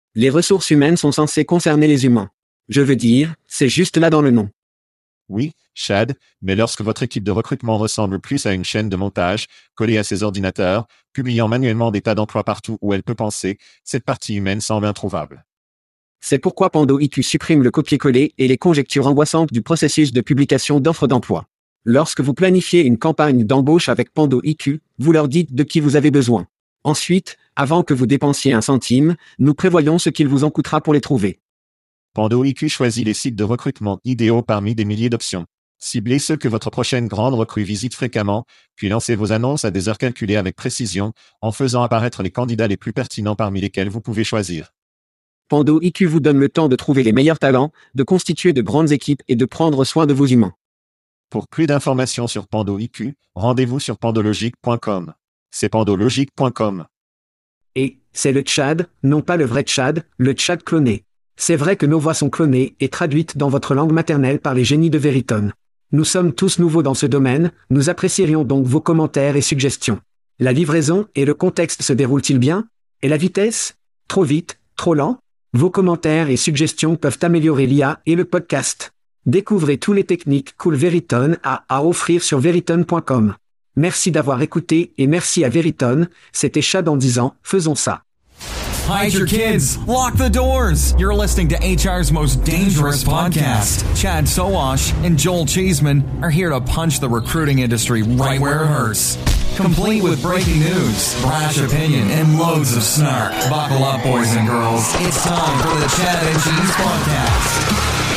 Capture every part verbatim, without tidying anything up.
Les ressources humaines sont censées concerner les humains. Je veux dire, c'est juste là dans le nom. Oui, Chad, mais lorsque votre équipe de recrutement ressemble plus à une chaîne de montage, collée à ses ordinateurs, publiant manuellement des tas d'emplois partout où elle peut penser, cette partie humaine semble introuvable. C'est pourquoi Pando I Q supprime le copier-coller et les conjectures angoissantes du processus de publication d'offres d'emploi. Lorsque vous planifiez une campagne d'embauche avec Pando I Q, vous leur dites de qui vous avez besoin. Ensuite, avant que vous dépensiez un centime, nous prévoyons ce qu'il vous en coûtera pour les trouver. Pando I Q choisit les sites de recrutement idéaux parmi des milliers d'options. Ciblez ceux que votre prochaine grande recrue visite fréquemment, puis lancez vos annonces à des heures calculées avec précision, en faisant apparaître les candidats les plus pertinents parmi lesquels vous pouvez choisir. Pando I Q vous donne le temps de trouver les meilleurs talents, de constituer de grandes équipes et de prendre soin de vos humains. Pour plus d'informations sur Pando I Q, rendez-vous sur pandologique point com. C'est pandologique point com. Et, c'est le Tchad, non pas le vrai Tchad, le Tchad cloné. C'est vrai que nos voix sont clonées et traduites dans votre langue maternelle par les génies de Veritone. Nous sommes tous nouveaux dans ce domaine, nous apprécierions donc vos commentaires et suggestions. La livraison et le contexte se déroulent-ils bien? Et la vitesse? Trop vite? Trop lent? Vos commentaires et suggestions peuvent améliorer l'I A et le podcast. Découvrez tous les techniques cool Veritone a à offrir sur veritone point com. Merci d'avoir écouté et merci à Veritone, c'était Chad en disant, faisons ça. Hide your kids. Lock the doors. You're listening to H R's most dangerous podcast. Chad Sowash and Joel Cheeseman are here to punch the recruiting industry right where it hurts. Complete with breaking news, brash opinion, and loads of snark. Buckle up, boys and girls. It's time for the Chad and Cheese Podcast.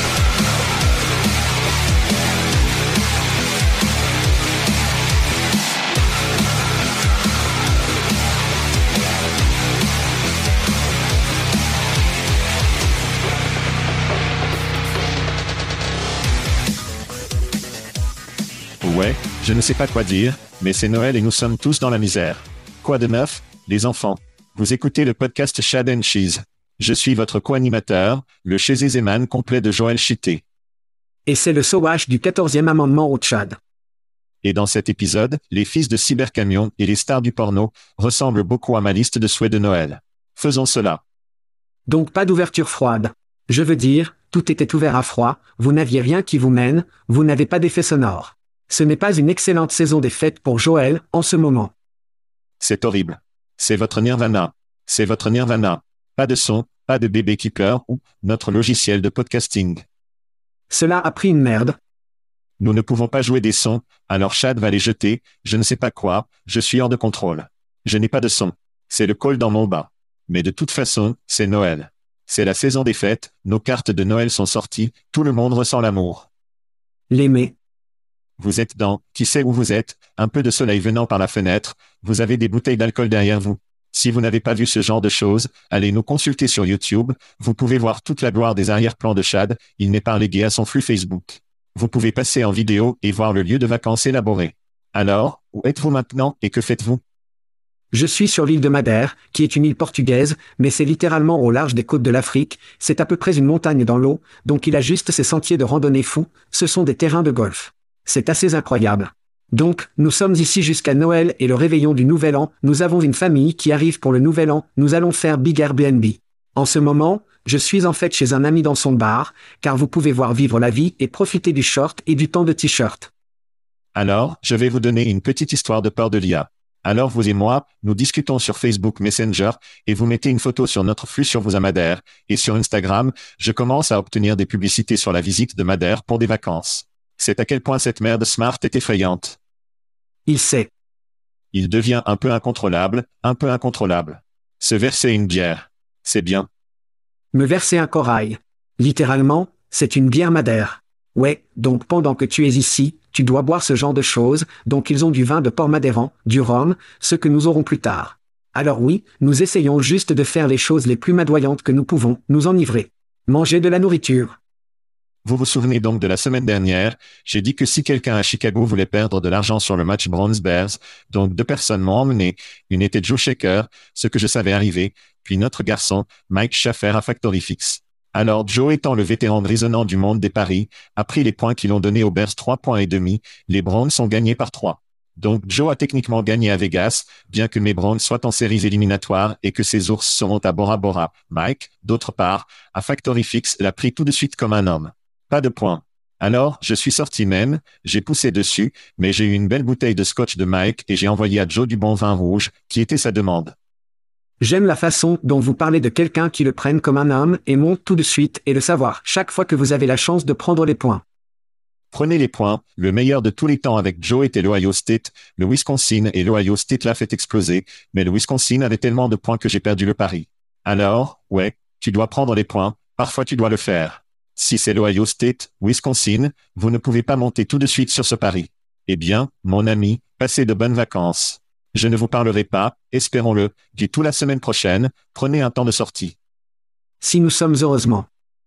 Ouais, je ne sais pas quoi dire, mais c'est Noël et nous sommes tous dans la misère. Quoi de neuf, les enfants? Vous écoutez le podcast Chad and Cheese. Je suis votre co-animateur, le Chézézéman complet de Joël Chité. Et c'est le Sowash du quatorzième amendement au Tchad. Et dans cet épisode, les fils de Cybercamion et les stars du porno ressemblent beaucoup à ma liste de souhaits de Noël. Faisons cela. Donc pas d'ouverture froide. Je veux dire, tout était ouvert à froid, vous n'aviez rien qui vous mène, vous n'avez pas d'effet sonore. Ce n'est pas une excellente saison des fêtes pour Joël, en ce moment. C'est horrible. C'est votre nirvana. C'est votre nirvana. Pas de son, pas de bébé qui pleure ou notre logiciel de podcasting. Cela a pris une merde. Nous ne pouvons pas jouer des sons, alors Chad va les jeter, je ne sais pas quoi, je suis hors de contrôle. Je n'ai pas de son. C'est le col dans mon bas. Mais de toute façon, c'est Noël. C'est la saison des fêtes, nos cartes de Noël sont sorties, tout le monde ressent l'amour. L'aimer. Vous êtes dans, qui sait où vous êtes, un peu de soleil venant par la fenêtre, vous avez des bouteilles d'alcool derrière vous. Si vous n'avez pas vu ce genre de choses, allez nous consulter sur YouTube, vous pouvez voir toute la gloire des arrière-plans de Chad, il n'est pas légué à son flux Facebook. Vous pouvez passer en vidéo et voir le lieu de vacances élaboré. Alors, où êtes-vous maintenant et que faites-vous? Je suis sur l'île de Madère, qui est une île portugaise, mais c'est littéralement au large des côtes de l'Afrique, c'est à peu près une montagne dans l'eau, donc il a juste ses sentiers de randonnée fous, ce sont des terrains de golf. C'est assez incroyable. Donc, nous sommes ici jusqu'à Noël et le réveillon du Nouvel An, nous avons une famille qui arrive pour le Nouvel An, nous allons faire Big Airbnb. En ce moment, je suis en fait chez un ami dans son bar, car vous pouvez voir vivre la vie et profiter du short et du temps de t-shirt. Alors, je vais vous donner une petite histoire de peur de l'I A. Alors vous et moi, nous discutons sur Facebook Messenger, et vous mettez une photo sur notre flux sur vos à Madère, et sur Instagram, je commence à obtenir des publicités sur la visite de Madère pour des vacances. C'est à quel point cette merde smart est effrayante. Il sait. Il devient un peu incontrôlable, un peu incontrôlable. Se verser une bière. C'est bien. Me verser un corail. Littéralement, c'est une bière Madère. Ouais, donc pendant que tu es ici, tu dois boire ce genre de choses, donc ils ont du vin de port madéran, du rhum, ce que nous aurons plus tard. Alors oui, nous essayons juste de faire les choses les plus madoyantes que nous pouvons, nous enivrer. Manger de la nourriture. Vous vous souvenez donc de la semaine dernière, j'ai dit que si quelqu'un à Chicago voulait perdre de l'argent sur le match Browns-Bears, donc deux personnes m'ont emmené, une était Joe Shaker, ce que je savais arriver, puis notre garçon, Mike Schaffer à Factory Fix. Alors Joe étant le vétéran grisonnant du monde des paris, a pris les points qu'ils ont donnés aux Bears trois points et demi, les Browns sont gagnés par trois. Donc Joe a techniquement gagné à Vegas, bien que mes Browns soient en séries éliminatoires et que ses ours seront à Bora Bora. Mike, d'autre part, à Factory Fix l'a pris tout de suite comme un homme. Pas de point. Alors, je suis sorti même, j'ai poussé dessus, mais j'ai eu une belle bouteille de scotch de Mike et j'ai envoyé à Joe du bon vin rouge, qui était sa demande. J'aime la façon dont vous parlez de quelqu'un qui le prenne comme un homme et monte tout de suite et le savoir chaque fois que vous avez la chance de prendre les points. Prenez les points, le meilleur de tous les temps avec Joe était l'Ohio State, le Wisconsin et l'Ohio State l'a fait exploser, mais le Wisconsin avait tellement de points que j'ai perdu le pari. Alors, ouais, tu dois prendre les points, parfois tu dois le faire. Si c'est l'Ohio State, Wisconsin, vous ne pouvez pas monter tout de suite sur ce pari. Eh bien, mon ami, passez de bonnes vacances. Je ne vous parlerai pas, espérons-le, du tout la semaine prochaine, prenez un temps de sortie. Si nous sommes heureusement.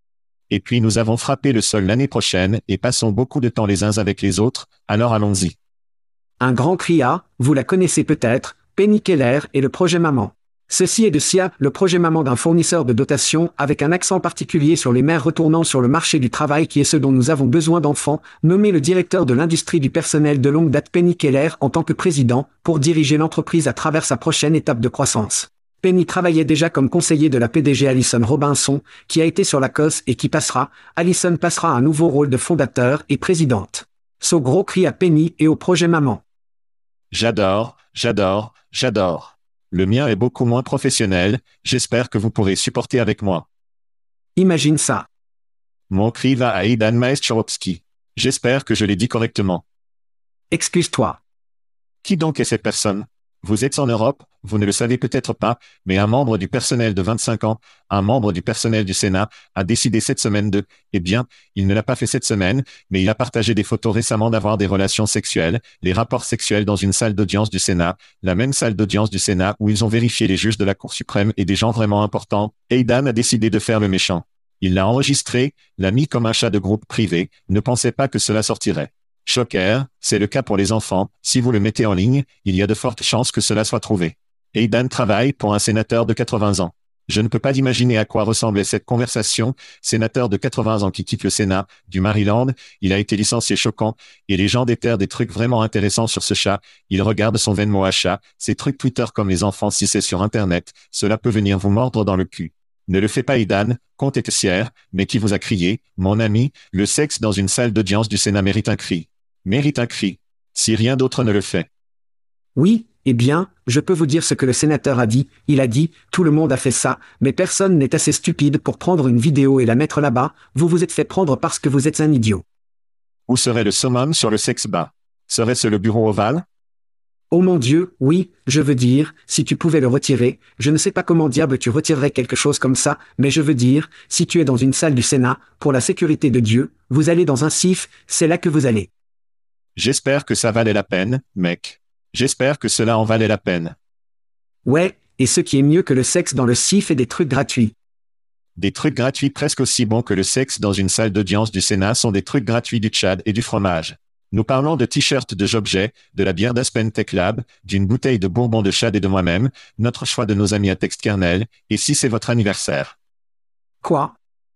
Et puis nous avons frappé le sol l'année prochaine et passons beaucoup de temps les uns avec les autres, alors allons-y. Un grand cri à, vous la connaissez peut-être, Penny Keller et le projet Maman. Ceci est de S I A, le projet Maman d'un fournisseur de dotation avec un accent particulier sur les mères retournant sur le marché du travail qui est ce dont nous avons besoin d'enfants, nommé le directeur de l'industrie du personnel de longue date Penny Keller en tant que président, pour diriger l'entreprise à travers sa prochaine étape de croissance. Penny travaillait déjà comme conseiller de la P D G Alison Robinson, qui a été sur la cosse et qui passera, Alison passera un nouveau rôle de fondateur et présidente. So gros cri à Penny et au projet Maman. J'adore, j'adore, j'adore. Le mien est beaucoup moins professionnel, j'espère que vous pourrez supporter avec moi. Imagine ça. Mon cri va à Aidan Maestrovski. J'espère que je l'ai dit correctement. Excuse-toi. Qui donc est cette personne? Vous êtes en Europe, vous ne le savez peut-être pas, mais un membre du personnel de vingt-cinq ans, un membre du personnel du Sénat, a décidé cette semaine de, eh bien, il ne l'a pas fait cette semaine, mais il a partagé des photos récemment d'avoir des relations sexuelles, les rapports sexuels dans une salle d'audience du Sénat, la même salle d'audience du Sénat où ils ont vérifié les juges de la Cour suprême et des gens vraiment importants. Aidan a décidé de faire le méchant. Il l'a enregistré, l'a mis comme un chat de groupe privé, ne pensait pas que cela sortirait. Choquer, c'est le cas pour les enfants, si vous le mettez en ligne, il y a de fortes chances que cela soit trouvé. Aidan travaille pour un sénateur de quatre-vingts ans. Je ne peux pas imaginer à quoi ressemblait cette conversation, sénateur de quatre-vingts ans qui quitte le Sénat, du Maryland, il a été licencié choquant, et les gens déterrent des trucs vraiment intéressants sur ce chat, il regarde son Venmo à chat, ces trucs Twitter comme les enfants si c'est sur Internet, cela peut venir vous mordre dans le cul. Ne le fais pas Aidan, compte est fier, mais qui vous a crié, mon ami, le sexe dans une salle d'audience du Sénat mérite un cri. Mérite un cri. Si rien d'autre ne le fait. Oui, eh bien, je peux vous dire ce que le sénateur a dit. Il a dit, tout le monde a fait ça, mais personne n'est assez stupide pour prendre une vidéo et la mettre là-bas, vous vous êtes fait prendre parce que vous êtes un idiot. Où serait le summum sur le sexe bas? Serait-ce le bureau ovale? Oh mon Dieu, oui, je veux dire, si tu pouvais le retirer, je ne sais pas comment diable tu retirerais quelque chose comme ça, mais je veux dire, si tu es dans une salle du Sénat, pour la sécurité de Dieu, vous allez dans un S I F, c'est là que vous allez. J'espère que ça valait la peine, mec. J'espère que cela en valait la peine. Ouais, et ce qui est mieux que le sexe dans le S I F est des trucs gratuits. Des trucs gratuits presque aussi bons que le sexe dans une salle d'audience du Sénat sont des trucs gratuits du Tchad et du fromage. Nous parlons de t-shirts de Jobjet, de la bière d'Aspen Tech Lab, d'une bouteille de bourbon de Tchad et de moi-même, notre choix de nos amis à Textkernel, et si c'est votre anniversaire. Quoi?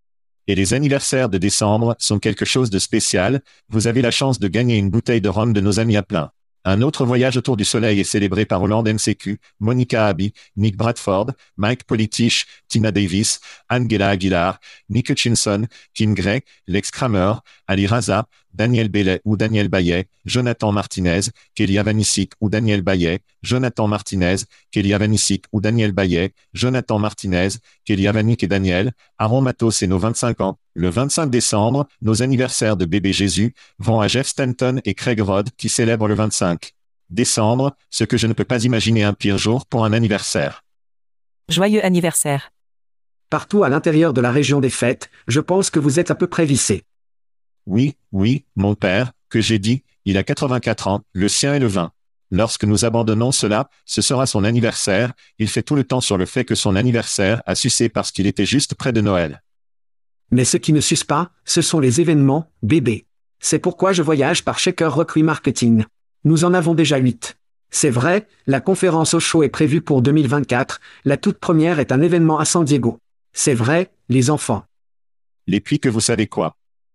Et les anniversaires de décembre sont quelque chose de spécial, vous avez la chance de gagner une bouteille de rhum de nos amis à plein. Un autre voyage autour du soleil est célébré par Holland M C Q, Monica Abbey, Nick Bradford, Mike Politich, Tina Davis, Angela Aguilar, Nick Hutchinson, Kim Gray, Lex Kramer, Ali Raza, Daniel Bellet ou Daniel Bayet, Jonathan Martinez, Kélia Vanisic ou Daniel Bayet, Jonathan Martinez, Kélia Vanisic ou Daniel Bayet, Jonathan Martinez, Kélia Vanik et Daniel, Aaron Matos et nos vingt-cinq ans. Le vingt-cinq décembre, nos anniversaires de bébé Jésus vont à Jeff Stanton et Craig Rod qui célèbrent le vingt-cinq décembre, ce que je ne peux pas imaginer un pire jour pour un anniversaire. Joyeux anniversaire. Partout à l'intérieur de la région des fêtes, je pense que vous êtes à peu près vissé. Oui, oui, mon père, que j'ai dit, il a quatre-vingt-quatre ans, le sien est le vingt. Lorsque nous abandonnons cela, ce sera son anniversaire, il fait tout le temps sur le fait que son anniversaire a sucé parce qu'il était juste près de Noël. Mais ce qui ne suce pas, ce sont les événements, bébé. C'est pourquoi je voyage par Shaker Rock Remarketing. Nous en avons déjà huit. C'est vrai, la conférence au show est prévue pour deux mille vingt-quatre, la toute première est un événement à San Diego. C'est vrai, les enfants. Et puis que vous savez quoi?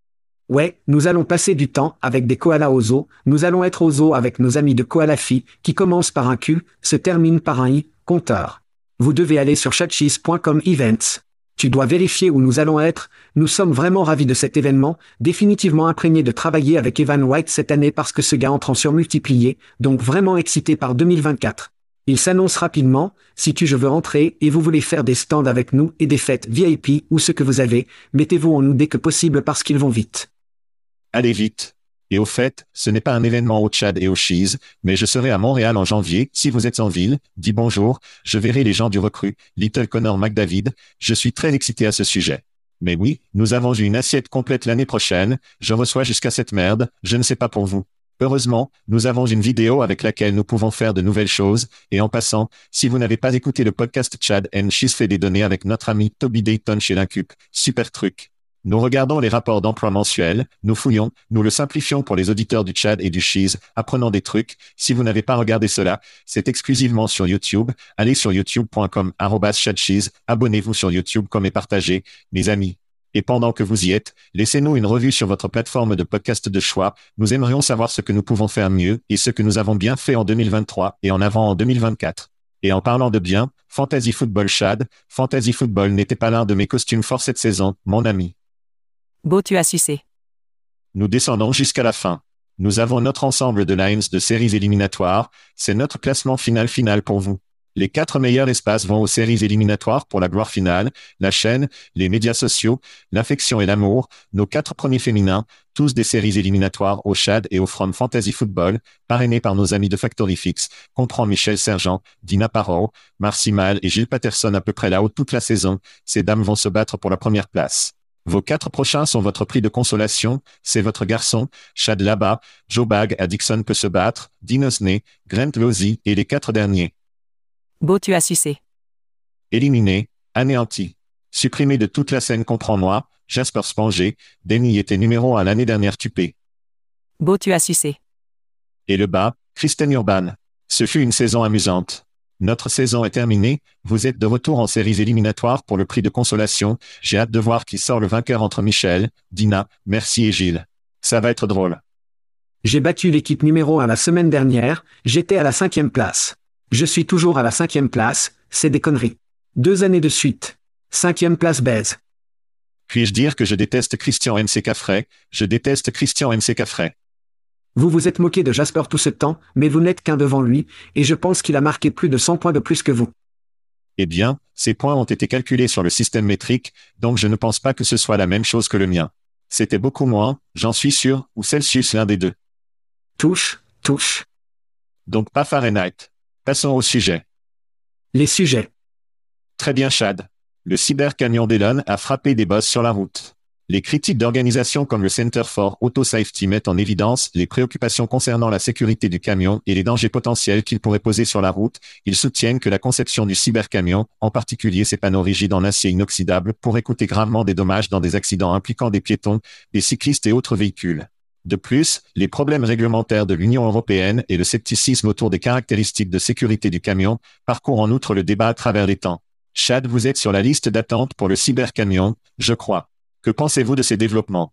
Ouais, nous allons passer du temps avec des koalas au zoo, nous allons être au zoo avec nos amis de Koalafi, qui commence par un Q, se termine par un I, compteur. Vous devez aller sur chatcheese point com events. Tu dois vérifier où nous allons être, nous sommes vraiment ravis de cet événement, définitivement imprégné de travailler avec Evan White cette année parce que ce gars entre en surmultiplié, donc vraiment excité par deux mille vingt-quatre. Il s'annonce rapidement, si tu je veux entrer et vous voulez faire des stands avec nous et des fêtes V I P ou ce que vous avez, mettez-vous en nous dès que possible parce qu'ils vont vite. Allez vite. Et au fait, ce n'est pas un événement au Tchad et au Cheese, mais je serai à Montréal en janvier. Si vous êtes en ville, dis bonjour, je verrai les gens du recrue, Little Connor McDavid, je suis très excité à ce sujet. Mais oui, nous avons eu une assiette complète l'année prochaine, je reçois jusqu'à cette merde, je ne sais pas pour vous. Heureusement, nous avons une vidéo avec laquelle nous pouvons faire de nouvelles choses, et en passant, si vous n'avez pas écouté le podcast Chad and Cheese fait des données avec notre ami Toby Dayton chez l'Incup, super truc. Nous regardons les rapports d'emploi mensuels, nous fouillons, nous le simplifions pour les auditeurs du Tchad et du Cheese, apprenons des trucs. Si vous n'avez pas regardé cela, c'est exclusivement sur YouTube. Allez sur youtube point com arobase chadcheese, abonnez-vous sur YouTube comme et partagez, mes amis. Et pendant que vous y êtes, laissez-nous une revue sur votre plateforme de podcast de choix. Nous aimerions savoir ce que nous pouvons faire mieux et ce que nous avons bien fait en deux mille vingt-trois et en avant en deux mille vingt-quatre. Et en parlant de bien, Fantasy Football Chad, Fantasy Football n'était pas l'un de mes costumes forts cette saison, mon ami. Beau tu as sucé. Nous descendons jusqu'à la fin. Nous avons notre ensemble de lines de séries éliminatoires, c'est notre classement final final pour vous. Les quatre meilleurs espaces vont aux séries éliminatoires pour la gloire finale, la chaîne, les médias sociaux, l'affection et l'amour, nos quatre premiers féminins, tous des séries éliminatoires au Chad et au From Fantasy Football, parrainés par nos amis de Factory Fix, comprend Michel Sergent, Dina Parot, Marcy Mal et Gilles Patterson à peu près là-haut toute la saison, ces dames vont se battre pour la première place. Vos quatre prochains sont votre prix de consolation, c'est votre garçon, Chad Laba, Joe Bag à Dixon peut se battre, Dean Osney, Grant Lozzi et les quatre derniers. Beau tu as sucé. Éliminé, anéanti. Supprimé de toute la scène comprends-moi, Jasper Spanger, Denny était numéro un l'année dernière tupé. Beau tu as sucé. Et le bas, Kristen Urban. Ce fut une saison amusante. Notre saison est terminée, vous êtes de retour en séries éliminatoires pour le prix de consolation, j'ai hâte de voir qui sort le vainqueur entre Michel, Dina, Merci et Gilles. Ça va être drôle. J'ai battu l'équipe numéro un la semaine dernière, j'étais à la cinquième place. Je suis toujours à la cinquième place, c'est des conneries. Deux années de suite. Cinquième place baise. Puis-je dire que je déteste Christian M C Caffrey, je déteste Christian M C Caffrey. Vous vous êtes moqué de Jasper tout ce temps, mais vous n'êtes qu'un devant lui, et je pense qu'il a marqué plus de cent points de plus que vous. Eh bien, ces points ont été calculés sur le système métrique, donc je ne pense pas que ce soit la même chose que le mien. C'était beaucoup moins, j'en suis sûr, ou Celsius l'un des deux. Touche, touche. Donc pas Fahrenheit. Passons au sujet. Les sujets. Très bien Chad. Le cybercamion d'Elon a frappé des boss sur la route. Les critiques d'organisations comme le Center for Auto Safety mettent en évidence les préoccupations concernant la sécurité du camion et les dangers potentiels qu'il pourrait poser sur la route. Ils soutiennent que la conception du cybercamion, en particulier ses panneaux rigides en acier inoxydable, pourrait coûter gravement des dommages dans des accidents impliquant des piétons, des cyclistes et autres véhicules. De plus, les problèmes réglementaires de l'Union européenne et le scepticisme autour des caractéristiques de sécurité du camion parcourent en outre le débat à travers les temps. Chad, vous êtes sur la liste d'attente pour le cybercamion, je crois. Que pensez-vous de ces développements?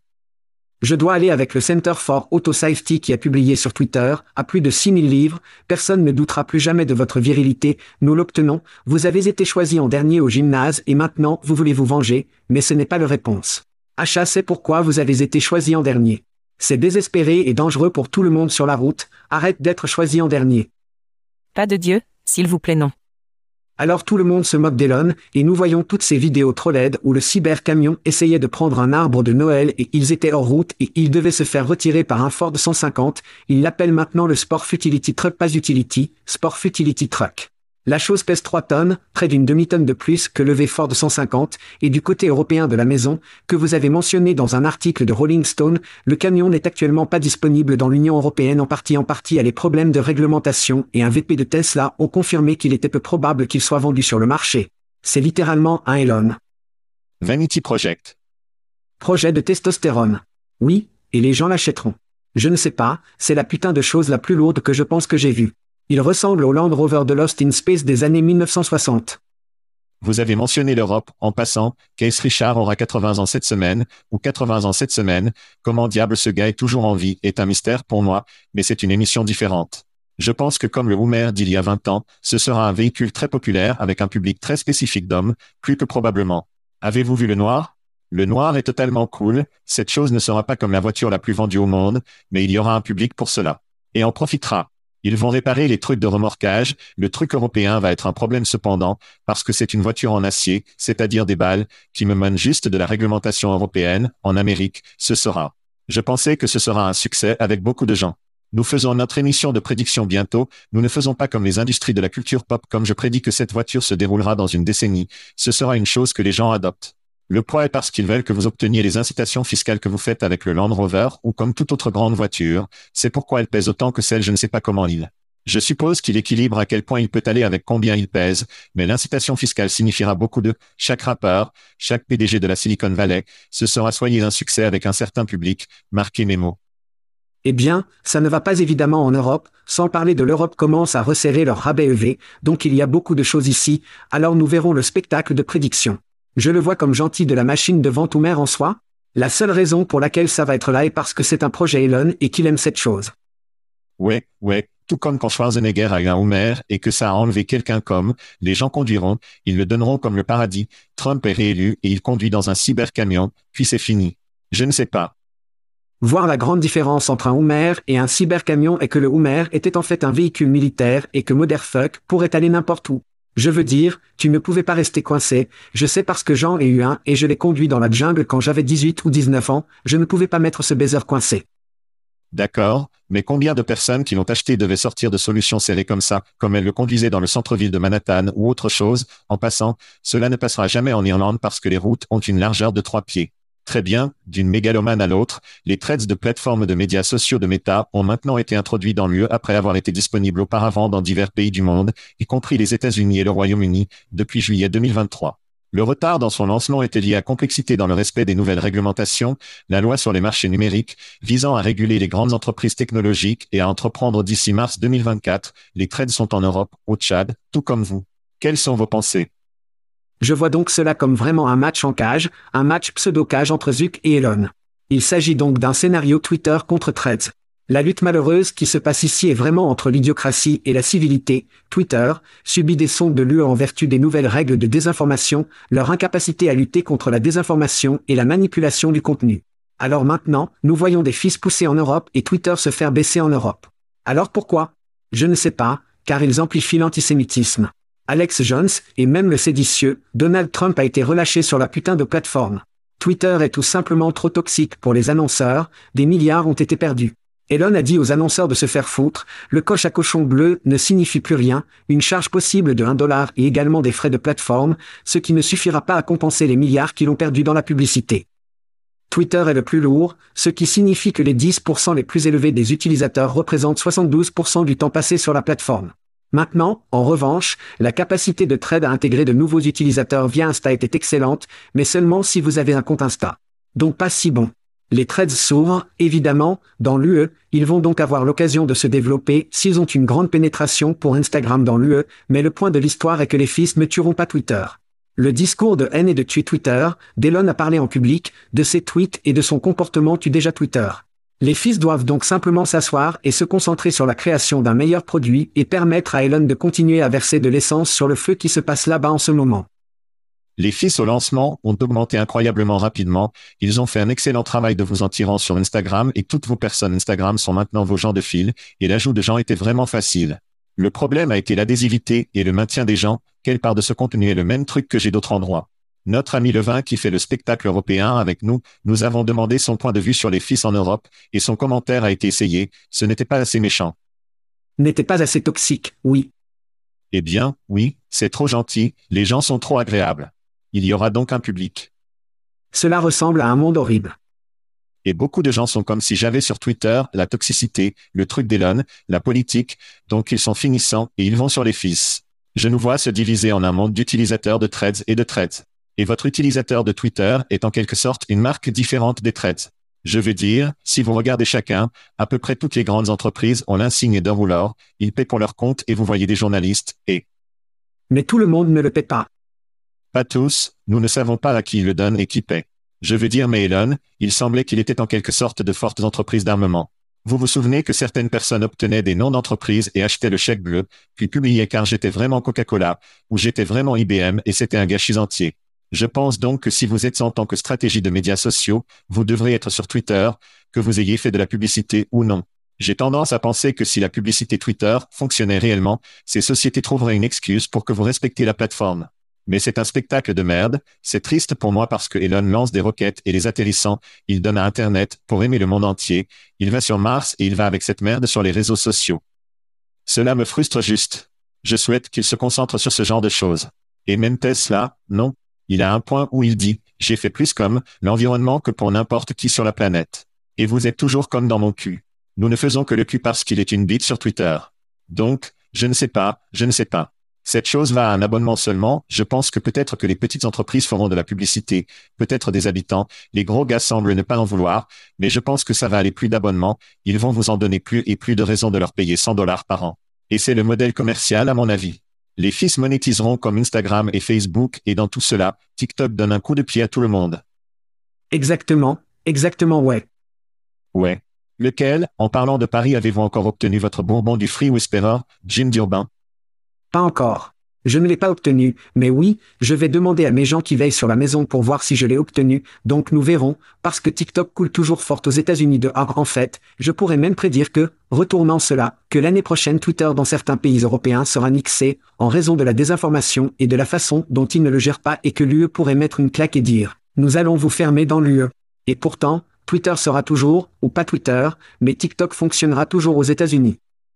Je dois aller avec le Center for Auto Safety qui a publié sur Twitter, à plus de six mille livres, personne ne doutera plus jamais de votre virilité, nous l'obtenons, vous avez été choisi en dernier au gymnase et maintenant vous voulez vous venger, mais ce n'est pas la réponse. Achat c'est pourquoi vous avez été choisi en dernier. C'est désespéré et dangereux pour tout le monde sur la route, arrête d'être choisi en dernier. Pas de Dieu, s'il vous plaît non. Alors tout le monde se moque d'Elon, et nous voyons toutes ces vidéos trolled où le cybercamion essayait de prendre un arbre de Noël et ils étaient hors route et ils devaient se faire retirer par un Ford cent cinquante, ils l'appellent maintenant le Sport Futility Truck pas Utility, Sport Futility Truck. La chose pèse trois tonnes, près d'une demi-tonne de plus que le V Ford cent cinquante, et du côté européen de la maison, que vous avez mentionné dans un article de Rolling Stone, le camion n'est actuellement pas disponible dans l'Union européenne en partie en partie à les problèmes de réglementation et un V P de Tesla ont confirmé qu'il était peu probable qu'il soit vendu sur le marché. C'est littéralement un Elon. Vanity Project. Projet de testostérone. Oui, et les gens l'achèteront. Je ne sais pas, c'est la putain de chose la plus lourde que je pense que j'ai vue. Il ressemble au Land Rover de Lost in Space des années mille neuf cent soixante. Vous avez mentionné l'Europe, en passant, Keith Richards aura quatre-vingts ans cette semaine, ou quatre-vingts ans cette semaine, comment diable ce gars est toujours en vie est un mystère pour moi, mais c'est une émission différente. Je pense que comme le Hoomer d'il y a vingt ans, ce sera un véhicule très populaire avec un public très spécifique d'hommes, plus que probablement. Avez-vous vu le noir? Le noir est totalement cool, cette chose ne sera pas comme la voiture la plus vendue au monde, mais il y aura un public pour cela. Et en profitera. Ils vont réparer les trucs de remorquage, le truc européen va être un problème cependant, parce que c'est une voiture en acier, c'est-à-dire des balles, qui me mènent juste de la réglementation européenne, en Amérique, ce sera. Je pensais que ce sera un succès avec beaucoup de gens. Nous faisons notre émission de prédiction bientôt, nous ne faisons pas comme les industries de la culture pop comme je prédis que cette voiture se déroulera dans une décennie, ce sera une chose que les gens adoptent. Le poids est parce qu'ils veulent que vous obteniez les incitations fiscales que vous faites avec le Land Rover ou comme toute autre grande voiture, c'est pourquoi elle pèse autant que celle je ne sais pas comment il. Je suppose qu'il équilibre à quel point il peut aller avec combien il pèse, mais l'incitation fiscale signifiera beaucoup de chaque rappeur, chaque P D G de la Silicon Valley, ce sera soyez un succès avec un certain public, marquez mes mots. Eh bien, ça ne va pas évidemment en Europe, sans parler de l'Europe commence à resserrer leur rabais E V, donc il y a beaucoup de choses ici, alors nous verrons le spectacle de prédiction. Je le vois comme gentil de la machine de vente Hoomer en soi. La seule raison pour laquelle ça va être là est parce que c'est un projet Elon et qu'il aime cette chose. Ouais, ouais, tout comme quand Schwarzenegger a eu un Hoomer et que ça a enlevé quelqu'un comme, les gens conduiront, ils le donneront comme le paradis, Trump est réélu et il conduit dans un cybercamion, puis c'est fini. Je ne sais pas. Voir la grande différence entre un Hoomer et un cybercamion est que le Hoomer était en fait un véhicule militaire et que Motherfuck pourrait aller n'importe où. Je veux dire, tu ne pouvais pas rester coincé, je sais parce que j'en ai eu un et je l'ai conduit dans la jungle quand j'avais dix-huit ou dix-neuf ans, je ne pouvais pas mettre ce baiser coincé. D'accord, mais combien de personnes qui l'ont acheté devaient sortir de solutions serrées comme ça, comme elles le conduisaient dans le centre-ville de Manhattan ou autre chose, en passant, cela ne passera jamais en Irlande parce que les routes ont une largeur de trois pieds. Très bien, d'une mégalomane à l'autre, les threads de plateformes de médias sociaux de Meta ont maintenant été introduits dans l'U E après avoir été disponibles auparavant dans divers pays du monde, y compris les États-Unis et le Royaume-Uni, depuis juillet deux mille vingt-trois. Le retard dans son lancement était lié à complexité dans le respect des nouvelles réglementations, la loi sur les marchés numériques, visant à réguler les grandes entreprises technologiques et à entreprendre d'ici mars deux mille vingt-quatre, les threads sont en Europe, au Tchad, tout comme vous. Quelles sont vos pensées? Je vois donc cela comme vraiment un match en cage, un match pseudo-cage entre Zuck et Elon. Il s'agit donc d'un scénario Twitter contre Threads. La lutte malheureuse qui se passe ici est vraiment entre l'idiocratie et la civilité. Twitter subit des sondes de l'U E en vertu des nouvelles règles de désinformation, leur incapacité à lutter contre la désinformation et la manipulation du contenu. Alors maintenant, nous voyons des fils pousser en Europe et Twitter se faire baisser en Europe. Alors pourquoi? Je ne sais pas, car ils amplifient l'antisémitisme. Alex Jones, et même le séditieux, Donald Trump a été relâché sur la putain de plateforme. Twitter est tout simplement trop toxique pour les annonceurs, des milliards ont été perdus. Elon a dit aux annonceurs de se faire foutre, le coche à cochon bleu ne signifie plus rien, une charge possible de un dollar et également des frais de plateforme, ce qui ne suffira pas à compenser les milliards qu'ils ont perdus dans la publicité. Twitter est le plus lourd, ce qui signifie que les dix pour cent les plus élevés des utilisateurs représentent soixante-douze pour cent du temps passé sur la plateforme. Maintenant, en revanche, la capacité de Threads à intégrer de nouveaux utilisateurs via Insta était excellente, mais seulement si vous avez un compte Insta. Donc pas si bon. Les Threads s'ouvrent, évidemment, dans l'U E, ils vont donc avoir l'occasion de se développer s'ils ont une grande pénétration pour Instagram dans l'U E, mais le point de l'histoire est que les fils ne tueront pas Twitter. Le discours de haine et de tuer Twitter, d'Elon a parlé en public, de ses tweets et de son comportement tue déjà Twitter. Les fils doivent donc simplement s'asseoir et se concentrer sur la création d'un meilleur produit et permettre à Elon de continuer à verser de l'essence sur le feu qui se passe là-bas en ce moment. Les fils au lancement ont augmenté incroyablement rapidement, ils ont fait un excellent travail de vous en tirant sur Instagram et toutes vos personnes Instagram sont maintenant vos gens de fil, et l'ajout de gens était vraiment facile. Le problème a été l'adhésivité et le maintien des gens, quelle part de ce contenu est le même truc que j'ai d'autres endroits. Notre ami Levin qui fait le spectacle européen avec nous, nous avons demandé son point de vue sur les fils en Europe, et son commentaire a été essayé, ce n'était pas assez méchant. N'était pas assez toxique, oui. Eh bien, oui, c'est trop gentil, les gens sont trop agréables. Il y aura donc un public. Cela ressemble à un monde horrible. Et beaucoup de gens sont comme si j'avais sur Twitter la toxicité, le truc d'Elon, la politique, donc ils sont finissants et ils vont sur les fils. Je nous vois se diviser en un monde d'utilisateurs de Threads et de Threads. Et votre utilisateur de Twitter est en quelque sorte une marque différente des Threads. Je veux dire, si vous regardez chacun, à peu près toutes les grandes entreprises ont l'insigne d'un rouleur, ils paient pour leur compte et vous voyez des journalistes, et... Mais tout le monde ne le paie pas. Pas tous, nous ne savons pas à qui il le donne et qui paie. Je veux dire mais Elon, il semblait qu'il était en quelque sorte de fortes entreprises d'armement. Vous vous souvenez que certaines personnes obtenaient des noms d'entreprises et achetaient le chèque bleu, puis publiaient car j'étais vraiment Coca-Cola, ou j'étais vraiment I B M et c'était un gâchis entier. Je pense donc que si vous êtes en tant que stratégie de médias sociaux, vous devrez être sur Twitter, que vous ayez fait de la publicité ou non. J'ai tendance à penser que si la publicité Twitter fonctionnait réellement, ces sociétés trouveraient une excuse pour que vous respectiez la plateforme. Mais c'est un spectacle de merde, c'est triste pour moi parce que Elon lance des roquettes et les atterrissant, il donne à Internet pour aimer le monde entier, il va sur Mars et il va avec cette merde sur les réseaux sociaux. Cela me frustre juste. Je souhaite qu'il se concentre sur ce genre de choses. Et même Tesla, non. Il a un point où il dit, j'ai fait plus comme l'environnement que pour n'importe qui sur la planète. Et vous êtes toujours comme dans mon cul. Nous ne faisons que le cul parce qu'il est une bite sur Twitter. Donc, je ne sais pas, je ne sais pas. Cette chose va à un abonnement seulement, je pense que peut-être que les petites entreprises feront de la publicité, peut-être des habitants, les gros gars semblent ne pas en vouloir, mais je pense que ça va aller plus d'abonnements, ils vont vous en donner plus et plus de raisons de leur payer cent dollars par an. Et c'est le modèle commercial à mon avis. Les fils monétiseront comme Instagram et Facebook et dans tout cela, TikTok donne un coup de pied à tout le monde. Exactement, exactement ouais. Ouais. Lequel, en parlant de Paris, avez-vous encore obtenu votre bourbon du Free Whisperer, Jim Durban? Pas encore. Je ne l'ai pas obtenu, mais oui, je vais demander à mes gens qui veillent sur la maison pour voir si je l'ai obtenu, donc nous verrons, parce que TikTok coule toujours fort aux États-Unis dehors en fait, je pourrais même prédire que, retournant cela, que l'année prochaine Twitter dans certains pays européens sera nixé, en raison de la désinformation et de la façon dont ils ne le gèrent pas et que l'U E pourrait mettre une claque et dire, nous allons vous fermer dans l'U E. Et pourtant, Twitter sera toujours, ou pas Twitter, mais TikTok fonctionnera toujours aux États-Unis.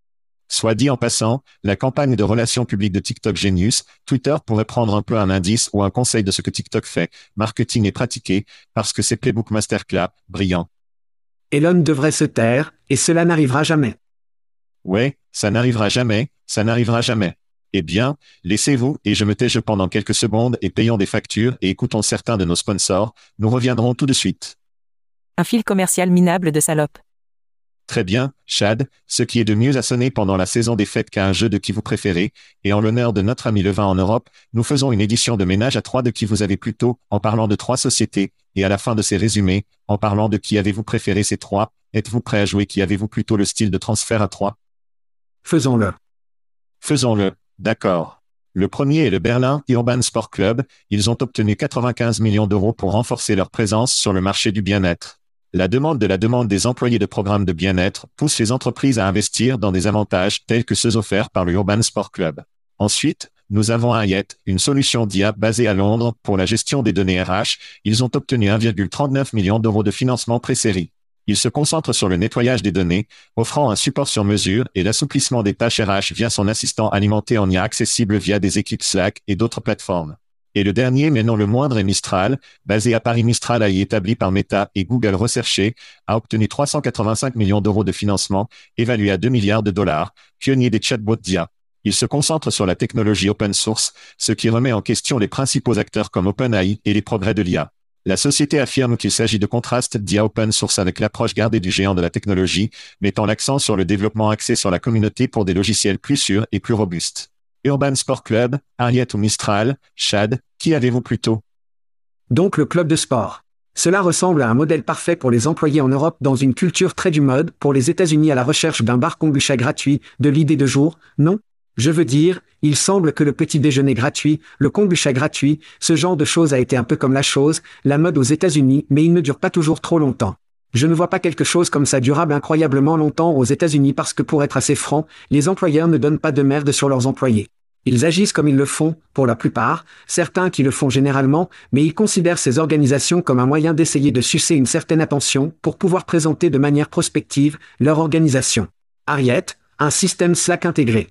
Soit dit en passant, la campagne de relations publiques de TikTok Genius, Twitter pourrait prendre un peu un indice ou un conseil de ce que TikTok fait, marketing et pratiqué, parce que c'est Playbook Masterclass, brillant. Elon devrait se taire, et cela n'arrivera jamais. Ouais, ça n'arrivera jamais, ça n'arrivera jamais. Eh bien, laissez-vous et je me tais pendant quelques secondes et payons des factures et écoutons certains de nos sponsors, nous reviendrons tout de suite. Un fil commercial minable de salope. Très bien, Chad, ce qui est de mieux à sonner pendant la saison des fêtes qu'à un jeu de qui vous préférez, et en l'honneur de notre ami Levin en Europe, nous faisons une édition de ménage à trois de qui vous avez plus tôt, en parlant de trois sociétés, et à la fin de ces résumés, en parlant de qui avez-vous préféré ces trois, êtes-vous prêt à jouer qui avez-vous plutôt le style de transfert à trois? Faisons-le. Faisons-le, d'accord. Le premier est le Berlin Urban Sport Club, ils ont obtenu quatre-vingt-quinze millions d'euros pour renforcer leur présence sur le marché du bien-être. La demande de la demande des employés de programmes de bien-être pousse les entreprises à investir dans des avantages tels que ceux offerts par le Urban Sport Club. Ensuite, nous avons Hayet, une solution d'I A basée à Londres pour la gestion des données R H. Ils ont obtenu un virgule trente-neuf million d'euros de financement pré-série. Ils se concentrent sur le nettoyage des données, offrant un support sur mesure et l'assouplissement des tâches R H via son assistant alimenté en I A accessible via des équipes Slack et d'autres plateformes. Et le dernier, mais non le moindre, est Mistral, basé à Paris. Mistral a été établi par Meta et Google Research, a obtenu trois cent quatre-vingt-cinq millions d'euros de financement, évalué à deux milliards de dollars, pionnier des chatbots d'I A. Il se concentre sur la technologie open source, ce qui remet en question les principaux acteurs comme OpenAI et les progrès de l'I A. La société affirme qu'il s'agit de contraste d'I A open source avec l'approche gardée du géant de la technologie, mettant l'accent sur le développement axé sur la communauté pour des logiciels plus sûrs et plus robustes. Urban Sport Club, Hayet ou Mistral, Chad, qui avez-vous plutôt? Donc le club de sport. Cela ressemble à un modèle parfait pour les employés en Europe dans une culture très du mode pour les États-Unis à la recherche d'un bar kombucha gratuit, de l'idée de jour, non? Je veux dire, il semble que le petit déjeuner gratuit, le kombucha gratuit, ce genre de choses a été un peu comme la chose, la mode aux États-Unis, mais il ne dure pas toujours trop longtemps. Je ne vois pas quelque chose comme ça durable incroyablement longtemps aux États-Unis parce que pour être assez franc, les employeurs ne donnent pas de merde sur leurs employés. Ils agissent comme ils le font, pour la plupart, certains qui le font généralement, mais ils considèrent ces organisations comme un moyen d'essayer de sucer une certaine attention pour pouvoir présenter de manière prospective leur organisation. Hayet, un système Slack intégré.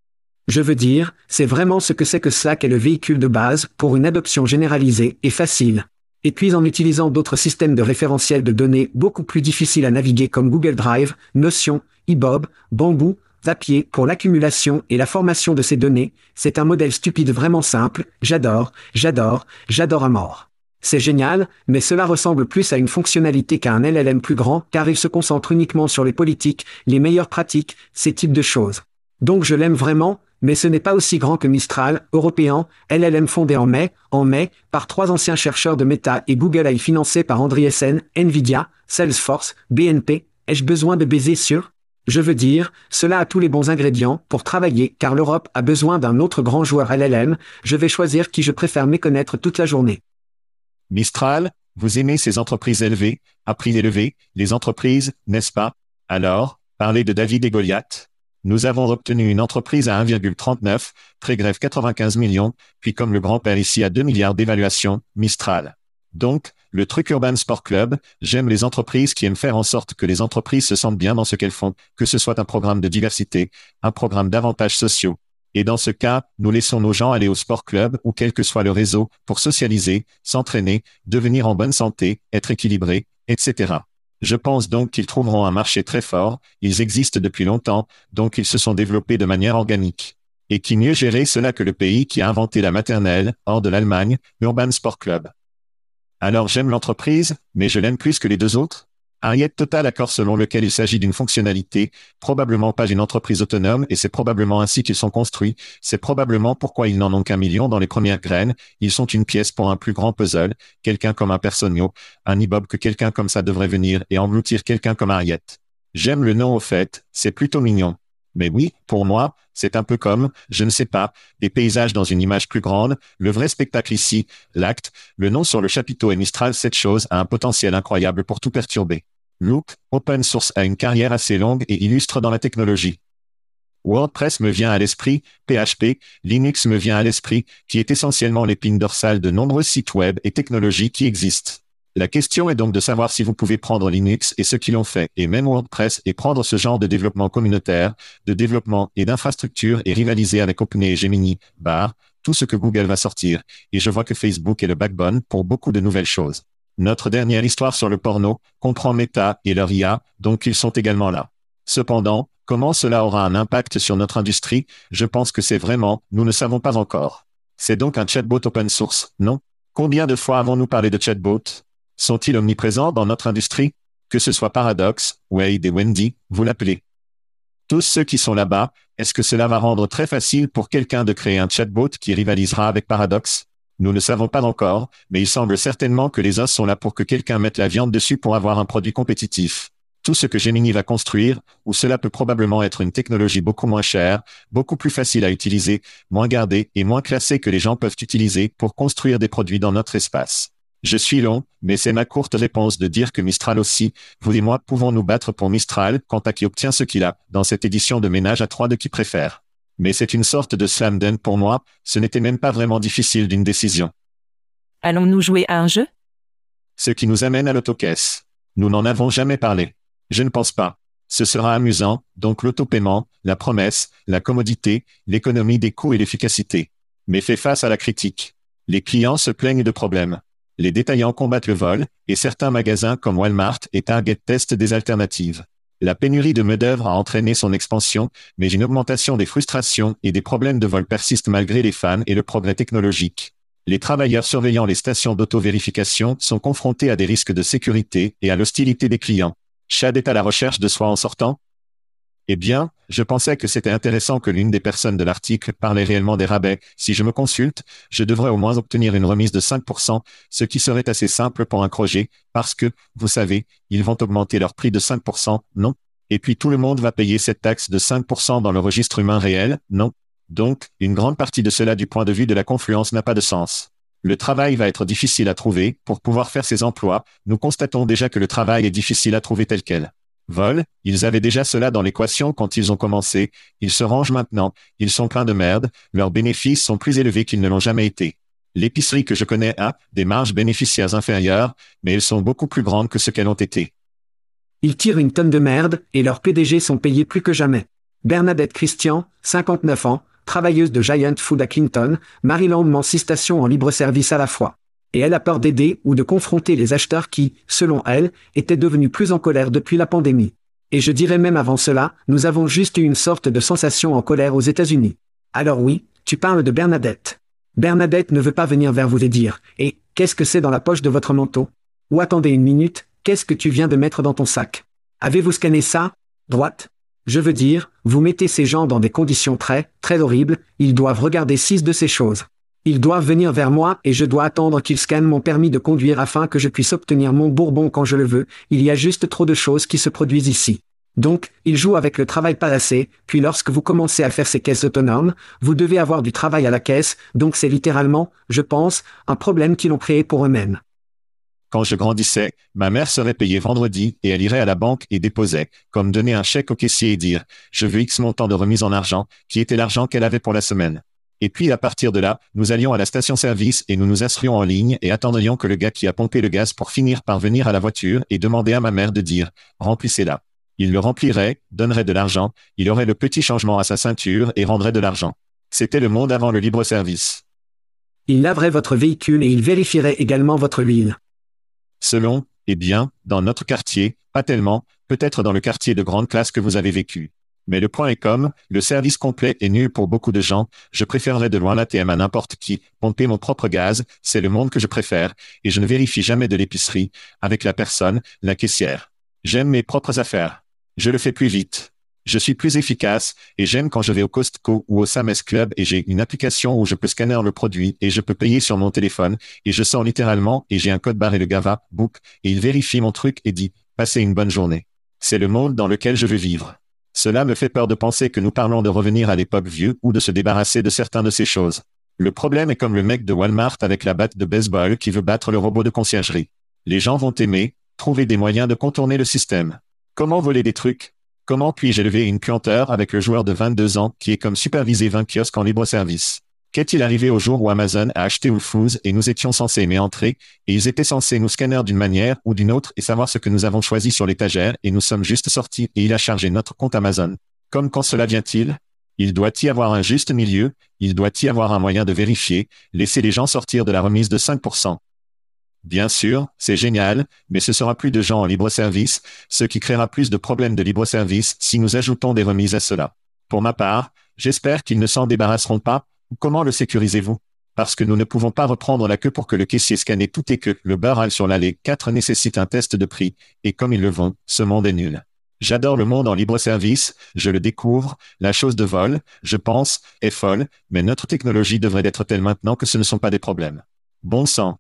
Je veux dire, c'est vraiment ce que c'est que Slack est le véhicule de base pour une adoption généralisée et facile. Et puis en utilisant d'autres systèmes de référentiels de données beaucoup plus difficiles à naviguer comme Google Drive, Notion, iBob, Bamboo, Zapier pour l'accumulation et la formation de ces données, c'est un modèle stupide vraiment simple, j'adore, j'adore, j'adore à mort. C'est génial, mais cela ressemble plus à une fonctionnalité qu'à un L L M plus grand car il se concentre uniquement sur les politiques, les meilleures pratiques, ces types de choses. Donc je l'aime vraiment, mais ce n'est pas aussi grand que Mistral, européen, L L M fondé en mai, en mai, par trois anciens chercheurs de Meta et Google A I financé par Andreessen, Nvidia, Salesforce, B N P. Ai-je besoin de baiser sur? Je veux dire, cela a tous les bons ingrédients pour travailler car l'Europe a besoin d'un autre grand joueur L L M, je vais choisir qui je préfère méconnaître toute la journée. Mistral, vous aimez ces entreprises élevées, à prix élevé, les entreprises, n'est-ce pas? Alors, parlez de David et Goliath. Nous avons obtenu une entreprise à un virgule trente-neuf, Trégrève quatre-vingt-quinze millions, puis comme le grand-père ici à deux milliards d'évaluation, Mistral. Donc, le truc Urban Sport Club, j'aime les entreprises qui aiment faire en sorte que les entreprises se sentent bien dans ce qu'elles font, que ce soit un programme de diversité, un programme d'avantages sociaux. Et dans ce cas, nous laissons nos gens aller au sport club ou quel que soit le réseau pour socialiser, s'entraîner, devenir en bonne santé, être équilibrés, et cetera. Je pense donc qu'ils trouveront un marché très fort, ils existent depuis longtemps, donc ils se sont développés de manière organique. Et qui mieux gérer cela que le pays qui a inventé la maternelle, hors de l'Allemagne, Urban Sport Club. Alors j'aime l'entreprise, mais je l'aime plus que les deux autres? Ariette Total accord selon lequel il s'agit d'une fonctionnalité, probablement pas d'une entreprise autonome et c'est probablement ainsi qu'ils sont construits, c'est probablement pourquoi ils n'en ont qu'un million dans les premières graines, ils sont une pièce pour un plus grand puzzle, quelqu'un comme un Personio, un Ibob que quelqu'un comme ça devrait venir et engloutir quelqu'un comme Ariette. J'aime le nom au fait, c'est plutôt mignon. Mais oui, pour moi, c'est un peu comme, je ne sais pas, des paysages dans une image plus grande, le vrai spectacle ici, l'acte, le nom sur le chapiteau et Mistral, cette chose a un potentiel incroyable pour tout perturber. Look, Open Source a une carrière assez longue et illustre dans la technologie. WordPress me vient à l'esprit, P H P, Linux me vient à l'esprit, qui est essentiellement l'épine dorsale de nombreux sites web et technologies qui existent. La question est donc de savoir si vous pouvez prendre Linux et ceux qui l'ont fait, et même WordPress, et prendre ce genre de développement communautaire, de développement et d'infrastructure et rivaliser avec OpenAI et Gemini, Bar, tout ce que Google va sortir. Et je vois que Facebook est le backbone pour beaucoup de nouvelles choses. Notre dernière histoire sur le porno comprend Meta et leur I A, donc ils sont également là. Cependant, comment cela aura un impact sur notre industrie? Je pense que c'est vraiment, nous ne savons pas encore. C'est donc un chatbot open source, non? Combien de fois avons-nous parlé de chatbots? Sont-ils omniprésents dans notre industrie? Que ce soit Paradox, Wade et Wendy, vous l'appelez. Tous ceux qui sont là-bas, est-ce que cela va rendre très facile pour quelqu'un de créer un chatbot qui rivalisera avec Paradox? Nous ne savons pas encore, mais il semble certainement que les os sont là pour que quelqu'un mette la viande dessus pour avoir un produit compétitif. Tout ce que Gemini va construire, ou cela peut probablement être une technologie beaucoup moins chère, beaucoup plus facile à utiliser, moins gardée et moins classée que les gens peuvent utiliser pour construire des produits dans notre espace. Je suis long, mais c'est ma courte réponse de dire que Mistral aussi, vous et moi pouvons nous battre pour Mistral quant à qui obtient ce qu'il a, dans cette édition de ménage à trois de qui préfère. Mais c'est une sorte de slam dunk pour moi, ce n'était même pas vraiment difficile d'une décision. Allons-nous jouer à un jeu? Ce qui nous amène à l'autocaisse. Nous n'en avons jamais parlé. Je ne pense pas. Ce sera amusant, donc l'autopaiement, la promesse, la commodité, l'économie des coûts et l'efficacité. Mais fait face à la critique. Les clients se plaignent de problèmes. Les détaillants combattent le vol, et certains magasins comme Walmart et Target testent des alternatives. La pénurie de main-d'œuvre a entraîné son expansion, mais une augmentation des frustrations et des problèmes de vol persistent malgré les fans et le progrès technologique. Les travailleurs surveillant les stations d'auto-vérification sont confrontés à des risques de sécurité et à l'hostilité des clients. Chad est à la recherche de soi en sortant? Eh bien, je pensais que c'était intéressant que l'une des personnes de l'article parlait réellement des rabais. Si je me consulte, je devrais au moins obtenir une remise de cinq pour cent, ce qui serait assez simple pour un projet, parce que, vous savez, ils vont augmenter leur prix de cinq pour cent, non? Et puis tout le monde va payer cette taxe de cinq pour cent dans le registre humain réel, non? Donc, une grande partie de cela du point de vue de la confluence n'a pas de sens. Le travail va être difficile à trouver. Pour pouvoir faire ces emplois, nous constatons déjà que le travail est difficile à trouver tel quel. Vol, ils avaient déjà cela dans l'équation quand ils ont commencé, ils se rangent maintenant, ils sont pleins de merde, leurs bénéfices sont plus élevés qu'ils ne l'ont jamais été. L'épicerie que je connais a des marges bénéficiaires inférieures, mais elles sont beaucoup plus grandes que ce qu'elles ont été. Ils tirent une tonne de merde, et leurs P D G sont payés plus que jamais. Bernadette Christian, cinquante-neuf ans, travailleuse de Giant Food à Clinton, Maryland ment six stations en libre-service à la fois. Et elle a peur d'aider ou de confronter les acheteurs qui, selon elle, étaient devenus plus en colère depuis la pandémie. Et je dirais même avant cela, nous avons juste eu une sorte de sensation en colère aux États-Unis. Alors oui, tu parles de Bernadette. Bernadette ne veut pas venir vers vous et dire « Et, qu'est-ce que c'est dans la poche de votre manteau ?» Ou « Attendez une minute, qu'est-ce que tu viens de mettre dans ton sac ?» Avez-vous scanné ça? Droite. Je veux dire, vous mettez ces gens dans des conditions très, très horribles, ils doivent regarder six de ces choses. Ils doivent venir vers moi et je dois attendre qu'ils scannent mon permis de conduire afin que je puisse obtenir mon bourbon quand je le veux, il y a juste trop de choses qui se produisent ici. Donc, ils jouent avec le travail pas assez, puis lorsque vous commencez à faire ces caisses autonomes, vous devez avoir du travail à la caisse, donc c'est littéralement, je pense, un problème qu'ils ont créé pour eux-mêmes. Quand je grandissais, ma mère serait payée vendredi et elle irait à la banque et déposait, comme donner un chèque au caissier et dire « Je veux X montant de remise en argent », qui était l'argent qu'elle avait pour la semaine. Et puis à partir de là, nous allions à la station-service et nous nous inscrions en ligne et attendrions que le gars qui a pompé le gaz pour finir par venir à la voiture et demander à ma mère de dire « Remplissez-la ». Il le remplirait, donnerait de l'argent, il aurait le petit changement à sa ceinture et rendrait de l'argent. C'était le monde avant le libre-service. Il laverait votre véhicule et il vérifierait également votre huile. Selon, eh bien, dans notre quartier, pas tellement, peut-être dans le quartier de grande classe que vous avez vécu. Mais le point est comme, le service complet est nul pour beaucoup de gens, je préférerais de loin l'A T M à n'importe qui, pomper mon propre gaz, c'est le monde que je préfère, et je ne vérifie jamais de l'épicerie, avec la personne, la caissière. J'aime mes propres affaires. Je le fais plus vite. Je suis plus efficace, et j'aime quand je vais au Costco ou au Sam's Club et j'ai une application où je peux scanner le produit et je peux payer sur mon téléphone, et je sors littéralement et j'ai un code barre et le gars va, book, et il vérifie mon truc et dit, passez une bonne journée. C'est le monde dans lequel je veux vivre. Cela me fait peur de penser que nous parlons de revenir à l'époque vieux ou de se débarrasser de certaines de ces choses. Le problème est comme le mec de Walmart avec la batte de baseball qui veut battre le robot de conciergerie. Les gens vont aimer, trouver des moyens de contourner le système. Comment voler des trucs? Comment puis-je élever une puanteur avec le joueur de vingt-deux ans qui est comme superviser vingt kiosques en libre-service? Qu'est-il arrivé au jour où Amazon a acheté Whole Foods et nous étions censés aimer entrer, et ils étaient censés nous scanner d'une manière ou d'une autre et savoir ce que nous avons choisi sur l'étagère et nous sommes juste sortis et il a chargé notre compte Amazon. Comme quand cela vient-il? Il doit y avoir un juste milieu, il doit y avoir un moyen de vérifier, laisser les gens sortir de la remise de cinq pour cent. Bien sûr, c'est génial, mais ce sera plus de gens en libre-service, ce qui créera plus de problèmes de libre-service si nous ajoutons des remises à cela. Pour ma part, j'espère qu'ils ne s'en débarrasseront pas. Comment le sécurisez-vous? Parce que nous ne pouvons pas reprendre la queue pour que le caissier scanne tout et que le beurre sur l'allée quatre nécessite un test de prix, et comme ils le vont, ce monde est nul. J'adore le monde en libre-service, je le découvre, la chose de vol, je pense, est folle, mais notre technologie devrait être telle maintenant que ce ne sont pas des problèmes. Bon sang.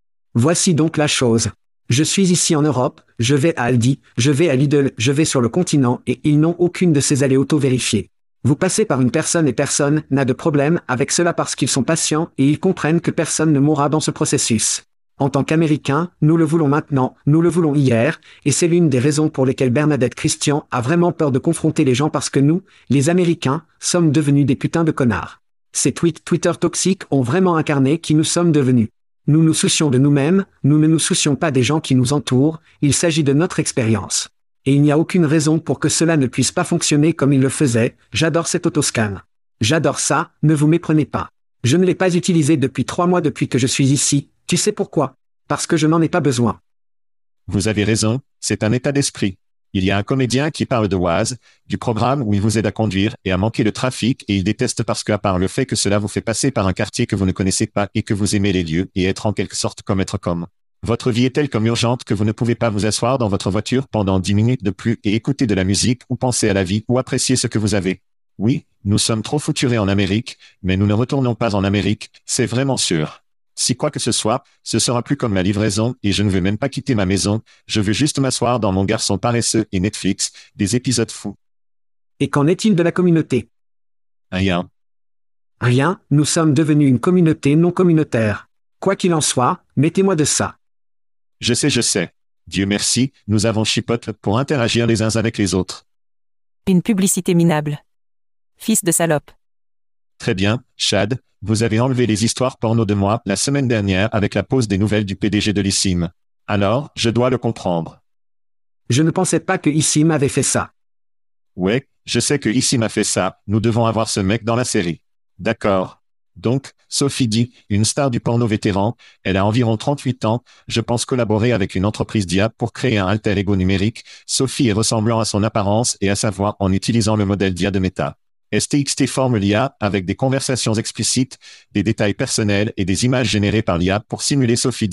Voici donc la chose. Je suis ici en Europe, je vais à Aldi, je vais à Lidl, je vais sur le continent et ils n'ont aucune de ces allées auto-vérifiées. Vous passez par une personne et personne n'a de problème avec cela parce qu'ils sont patients et ils comprennent que personne ne mourra dans ce processus. En tant qu'Américains, nous le voulons maintenant, nous le voulons hier, et c'est l'une des raisons pour lesquelles Bernadette Christian a vraiment peur de confronter les gens parce que nous, les Américains, sommes devenus des putains de connards. Ces tweets Twitter toxiques ont vraiment incarné qui nous sommes devenus. Nous nous soucions de nous-mêmes, nous ne nous soucions pas des gens qui nous entourent, il s'agit de notre expérience. Et il n'y a aucune raison pour que cela ne puisse pas fonctionner comme il le faisait, j'adore cet autoscan. J'adore ça, ne vous méprenez pas. Je ne l'ai pas utilisé depuis trois mois depuis que je suis ici, tu sais pourquoi? Parce que je n'en ai pas besoin. Vous avez raison, c'est un état d'esprit. Il y a un comédien qui parle de Waze, du programme où il vous aide à conduire et à manquer le trafic et il déteste parce qu'à part le fait que cela vous fait passer par un quartier que vous ne connaissez pas et que vous aimez les lieux et être en quelque sorte comme être comme. Votre vie est telle comme urgente que vous ne pouvez pas vous asseoir dans votre voiture pendant dix minutes de plus et écouter de la musique ou penser à la vie ou apprécier ce que vous avez. Oui, nous sommes trop fouturés en Amérique, mais nous ne retournons pas en Amérique, c'est vraiment sûr. Si quoi que ce soit, ce sera plus comme la livraison et je ne veux même pas quitter ma maison, je veux juste m'asseoir dans mon garçon paresseux et Netflix, des épisodes fous. Et qu'en est-il de la communauté? Rien. Rien, nous sommes devenus une communauté non communautaire. Quoi qu'il en soit, mettez-moi de ça. Je sais, je sais. Dieu merci, nous avons chipote pour interagir les uns avec les autres. Une publicité minable. Fils de salope. Très bien, Chad, vous avez enlevé les histoires porno de moi la semaine dernière avec la pause des nouvelles du P D G de l'Issim. Alors, je dois le comprendre. Je ne pensais pas que Issim avait fait ça. Ouais, je sais que Issim a fait ça, nous devons avoir ce mec dans la série. D'accord. Donc, Sophie dit, une star du porno vétéran, elle a environ trente-huit ans, je pense collaborer avec une entreprise d'I A pour créer un alter ego numérique. Sophie est ressemblant à son apparence et à sa voix en utilisant le modèle d'I A de Meta. S T X T forme l'I A avec des conversations explicites, des détails personnels et des images générées par l'I A pour simuler Sophie dit.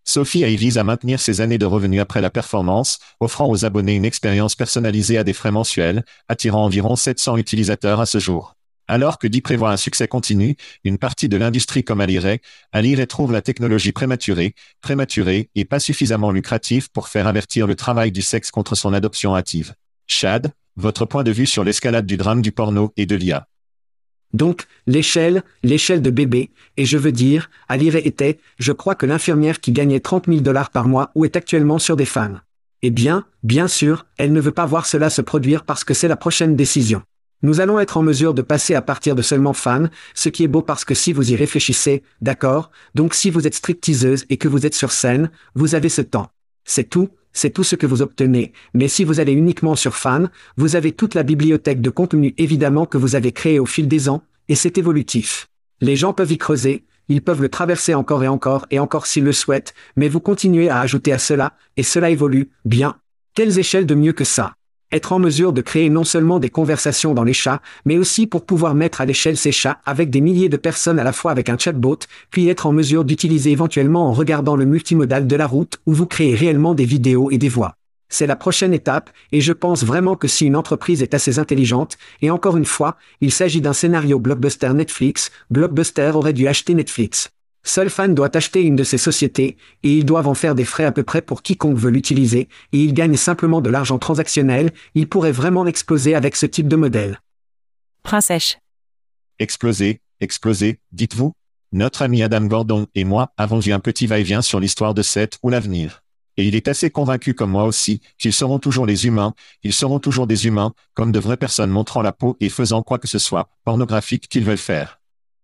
Sophie A I vise à maintenir ses années de revenus après la performance, offrant aux abonnés une expérience personnalisée à des frais mensuels, attirant environ sept cents utilisateurs à ce jour. Alors que Dee prévoit un succès continu, une partie de l'industrie comme Aliray, Aliray trouve la technologie prématurée, prématurée et pas suffisamment lucrative pour faire avertir le travail du sexe contre son adoption hâtive. Chad, votre point de vue sur l'escalade du drame du porno et de l'I A. Donc, l'échelle, l'échelle de bébé, et je veux dire, Aliray était, je crois que l'infirmière qui gagnait trente mille dollars par mois ou est actuellement sur des fans. Eh bien, bien sûr, elle ne veut pas voir cela se produire parce que c'est la prochaine décision. Nous allons être en mesure de passer à partir de seulement fans, ce qui est beau parce que si vous y réfléchissez, d'accord, donc si vous êtes stripteaseuse et que vous êtes sur scène, vous avez ce temps. C'est tout, c'est tout ce que vous obtenez, mais si vous allez uniquement sur fan, vous avez toute la bibliothèque de contenu évidemment que vous avez créé au fil des ans, et c'est évolutif. Les gens peuvent y creuser, ils peuvent le traverser encore et encore et encore s'ils le souhaitent, mais vous continuez à ajouter à cela, et cela évolue, bien. Quelles échelles de mieux que ça? Être en mesure de créer non seulement des conversations dans les chats, mais aussi pour pouvoir mettre à l'échelle ces chats avec des milliers de personnes à la fois avec un chatbot, puis être en mesure d'utiliser éventuellement en regardant le multimodal de la route où vous créez réellement des vidéos et des voix. C'est la prochaine étape, et je pense vraiment que si une entreprise est assez intelligente, et encore une fois, il s'agit d'un scénario blockbuster Netflix, Blockbuster aurait dû acheter Netflix. Seul fan doit acheter une de ces sociétés, et ils doivent en faire des frais à peu près pour quiconque veut l'utiliser, et ils gagnent simplement de l'argent transactionnel, ils pourraient vraiment exploser avec ce type de modèle. Princesse. Exploser, exploser, dites-vous? Notre ami Adam Gordon et moi avons eu un petit va-et-vient sur l'histoire de Seth ou l'avenir. Et il est assez convaincu comme moi aussi, qu'ils seront toujours les humains, ils seront toujours des humains, comme de vraies personnes montrant la peau et faisant quoi que ce soit, pornographique qu'ils veulent faire.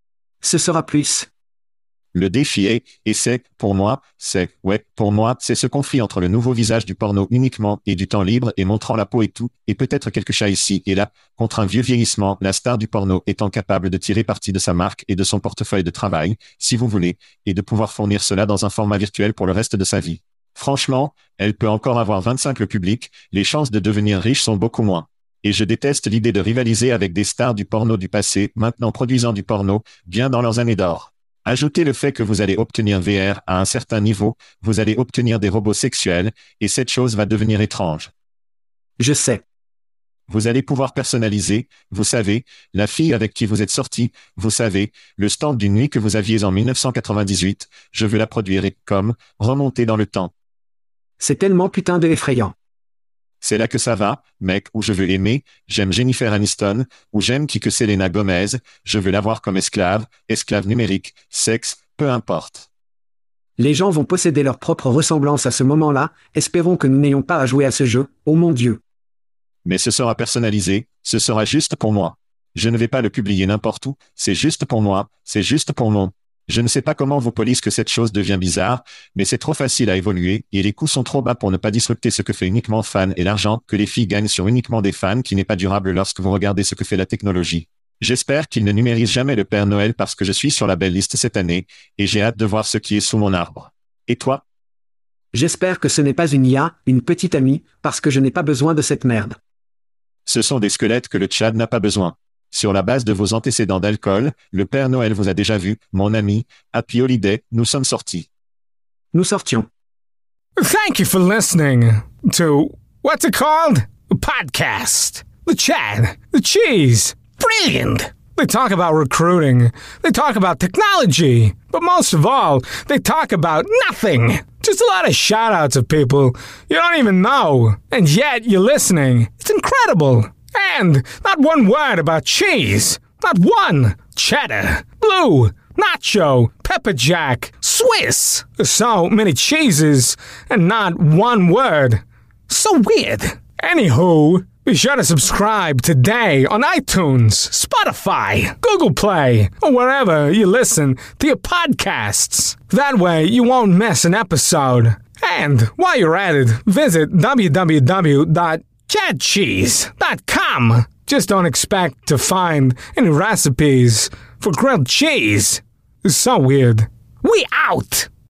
Ce sera plus. Le défi est, et c'est, pour moi, c'est, ouais, pour moi, c'est ce conflit entre le nouveau visage du porno uniquement et du temps libre et montrant la peau et tout, et peut-être quelques chats ici et là, contre un vieux vieillissement, la star du porno étant capable de tirer parti de sa marque et de son portefeuille de travail, si vous voulez, et de pouvoir fournir cela dans un format virtuel pour le reste de sa vie. Franchement, elle peut encore avoir vingt-cinq le public, les chances de devenir riche sont beaucoup moins. Et je déteste l'idée de rivaliser avec des stars du porno du passé, maintenant produisant du porno, bien dans leurs années d'or. Ajoutez le fait que vous allez obtenir V R à un certain niveau, vous allez obtenir des robots sexuels, et cette chose va devenir étrange. Je sais. Vous allez pouvoir personnaliser, vous savez, la fille avec qui vous êtes sorti, vous savez, le stand d'une nuit que vous aviez en mille neuf cent quatre-vingt-dix-huit, je veux la produire et, comme, remonter dans le temps. C'est tellement putain de effrayant. C'est là que ça va, mec, où je veux aimer, j'aime Jennifer Aniston, ou j'aime qui que Selena Gomez, je veux l'avoir comme esclave, esclave numérique, sexe, peu importe. Les gens vont posséder leur propre ressemblance à ce moment-là, espérons que nous n'ayons pas à jouer à ce jeu, oh mon Dieu. Mais ce sera personnalisé, ce sera juste pour moi. Je ne vais pas le publier n'importe où, c'est juste pour moi, c'est juste pour mon... Je ne sais pas comment vous police que cette chose devient bizarre, mais c'est trop facile à évoluer et les coûts sont trop bas pour ne pas disrupter ce que fait uniquement fan et l'argent que les filles gagnent sur uniquement des fans qui n'est pas durable lorsque vous regardez ce que fait la technologie. J'espère qu'il ne numérise jamais le Père Noël parce que je suis sur la belle liste cette année et j'ai hâte de voir ce qui est sous mon arbre. Et toi? J'espère que ce n'est pas une I A, une petite amie, parce que je n'ai pas besoin de cette merde. Ce sont des squelettes que le Tchad n'a pas besoin. Sur la base de vos antécédents d'alcool, le Père Noël vous a déjà vu, mon ami, Happy Holiday, nous sommes sortis. Nous sortions. Thank you for listening to, what's it called? A podcast. The Chad. The Cheese. Brilliant. They talk about recruiting. They talk about technology. But most of all, they talk about nothing. Just a lot of shout-outs of people you don't even know. And yet you're listening. It's incredible. And not one word about cheese. Not one. Cheddar, blue, nacho, pepper jack, Swiss. So many cheeses and not one word. So weird. Anywho, be sure to subscribe today on iTunes, Spotify, Google Play, or wherever you listen to your podcasts. That way you won't miss an episode. And while you're at it, visit w w w dot chad cheese dot com. Just don't expect to find any recipes for grilled cheese. It's so weird. We out!